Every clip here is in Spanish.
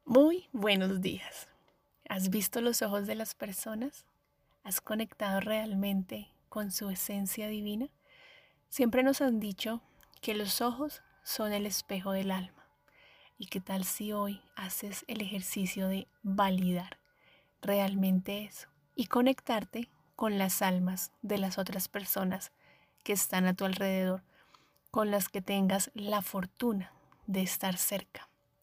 Muy buenos días. ¿Has visto los ojos de las personas? ¿Has conectado realmente con su esencia divina? Siempre nos han dicho que los ojos son el espejo del alma. ¿Y qué tal si hoy haces el ejercicio de validar realmente eso y conectarte con las almas de las otras personas que están a tu alrededor, con las que tengas la fortuna de estar cerca?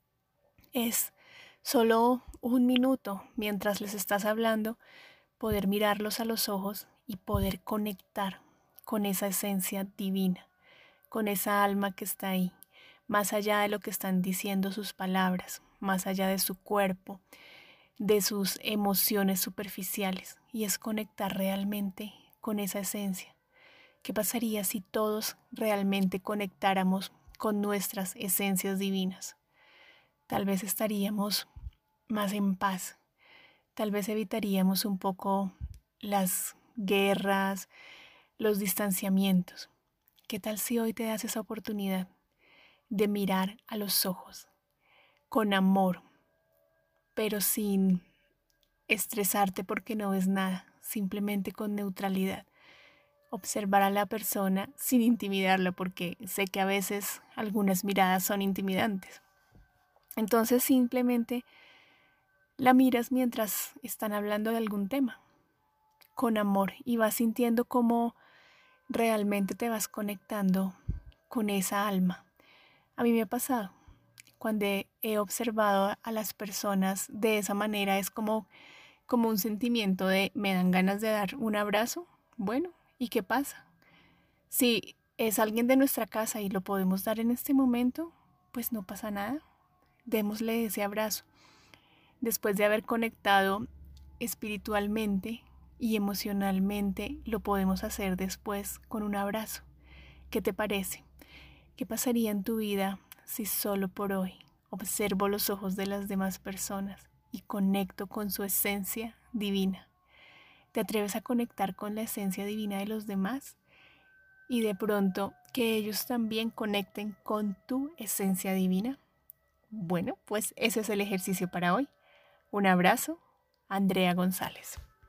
Es solo un minuto mientras les estás hablando, poder mirarlos a los ojos y poder conectar con esa esencia divina, con esa alma que está ahí, más allá de lo que están diciendo sus palabras, más allá de su cuerpo, de sus emociones superficiales, y es conectar realmente con esa esencia. ¿Qué pasaría si todos realmente conectáramos con nuestras esencias divinas? Tal vez estaríamos más en paz. Tal vez evitaríamos un poco las guerras, los distanciamientos. ¿Qué tal si hoy te das esa oportunidad de mirar a los ojos con amor, pero sin estresarte porque no ves nada, simplemente con neutralidad? Observar a la persona sin intimidarla, porque sé que a veces algunas miradas son intimidantes. Entonces simplemente la miras mientras están hablando de algún tema, con amor, y vas sintiendo cómo realmente te vas conectando con esa alma. A mí me ha pasado, cuando he observado a las personas de esa manera, es como un sentimiento de me dan ganas de dar un abrazo. Bueno, ¿y qué pasa? Si es alguien de nuestra casa y lo podemos dar en este momento, pues no pasa nada. Démosle ese abrazo. Después de haber conectado espiritualmente y emocionalmente, lo podemos hacer después con un abrazo. ¿Qué te parece? ¿Qué pasaría en tu vida si solo por hoy observo los ojos de las demás personas y conecto con su esencia divina? ¿Te atreves a conectar con la esencia divina de los demás? Y de pronto que ellos también conecten con tu esencia divina. Bueno, pues ese es el ejercicio para hoy. Un abrazo, Andrea González.